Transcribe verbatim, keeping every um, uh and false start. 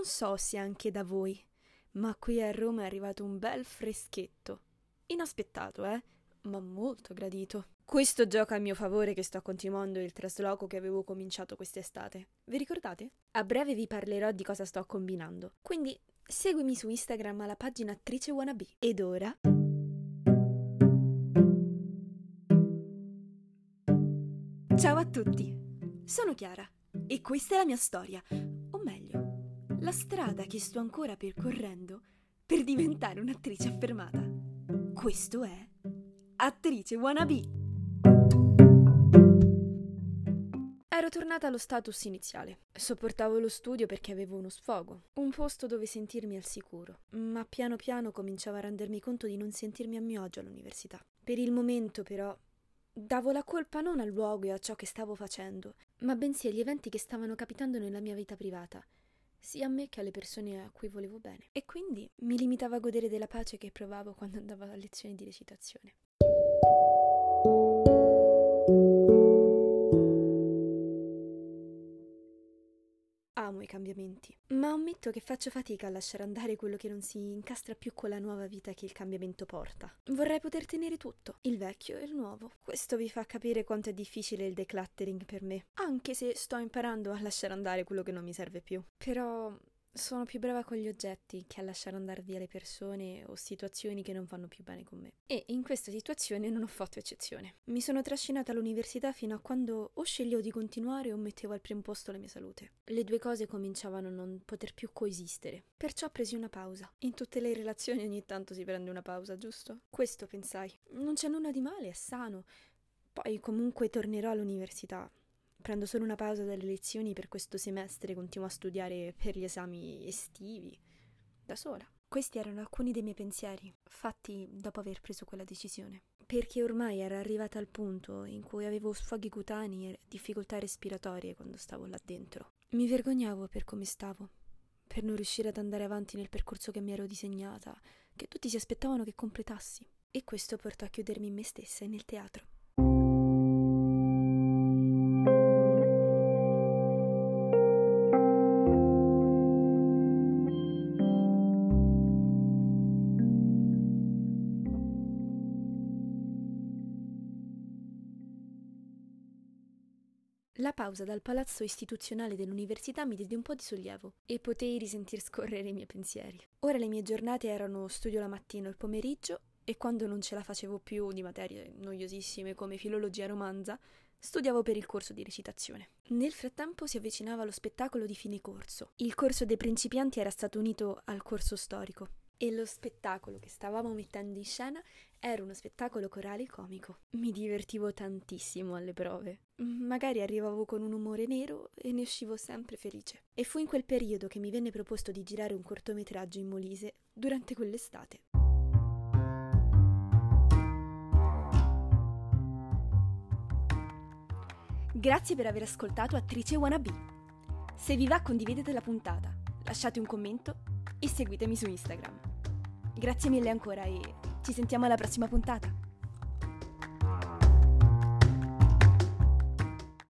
Non so se anche da voi, ma qui a Roma è arrivato un bel freschetto. Inaspettato, eh? Ma molto gradito. Questo gioca a mio favore che sto continuando il trasloco che avevo cominciato quest'estate. Vi ricordate? A breve vi parlerò di cosa sto combinando. Quindi seguimi su Instagram alla pagina Attrice Wannabe. Ed ora... Ciao a tutti! Sono Chiara e questa è la mia storia. O meglio, la strada che sto ancora percorrendo per diventare un'attrice affermata. Questo è Attrice Wannabe. Ero tornata allo status iniziale. Sopportavo lo studio perché avevo uno sfogo, un posto dove sentirmi al sicuro, ma piano piano cominciavo a rendermi conto di non sentirmi a mio agio all'università. Per il momento, però, davo la colpa non al luogo e a ciò che stavo facendo, ma bensì agli eventi che stavano capitando nella mia vita privata, sia a me che alle persone a cui volevo bene. E quindi mi limitavo a godere della pace che provavo quando andavo a lezioni di recitazione. Amo i cambiamenti, ma ammetto che faccio fatica a lasciare andare quello che non si incastra più con la nuova vita che il cambiamento porta. Vorrei poter tenere tutto, il vecchio e il nuovo. Questo vi fa capire quanto è difficile il decluttering per me, anche se sto imparando a lasciare andare quello che non mi serve più. Però sono più brava con gli oggetti che a lasciare andare via le persone o situazioni che non vanno più bene con me. E in questa situazione non ho fatto eccezione. Mi sono trascinata all'università fino a quando o sceglievo di continuare o mettevo al primo posto la mia salute. Le due cose cominciavano a non poter più coesistere. Perciò presi una pausa. In tutte le relazioni ogni tanto si prende una pausa, giusto? Questo pensai. Non c'è nulla di male, è sano. Poi comunque tornerò all'università. Prendo solo una pausa dalle lezioni per questo semestre e continuo a studiare per gli esami estivi, da sola. Questi erano alcuni dei miei pensieri, fatti dopo aver preso quella decisione. Perché ormai era arrivata al punto in cui avevo sfoghi cutanei e difficoltà respiratorie quando stavo là dentro. Mi vergognavo per come stavo, per non riuscire ad andare avanti nel percorso che mi ero disegnata, che tutti si aspettavano che completassi. E questo portò a chiudermi in me stessa e nel teatro. La pausa dal palazzo istituzionale dell'università mi diede un po' di sollievo e potei risentir scorrere i miei pensieri. Ora le mie giornate erano studio la mattina o il pomeriggio e quando non ce la facevo più di materie noiosissime come filologia e romanza, studiavo per il corso di recitazione. Nel frattempo si avvicinava lo spettacolo di fine corso. Il corso dei principianti era stato unito al corso storico e lo spettacolo che stavamo mettendo in scena era uno spettacolo corale comico. Mi divertivo tantissimo alle prove. Magari arrivavo con un umore nero e ne uscivo sempre felice. E fu in quel periodo che mi venne proposto di girare un cortometraggio in Molise durante quell'estate. Grazie per aver ascoltato Attrice Wannabe. Se vi va, condividete la puntata, lasciate un commento e seguitemi su Instagram. Grazie mille ancora e ci sentiamo alla prossima puntata.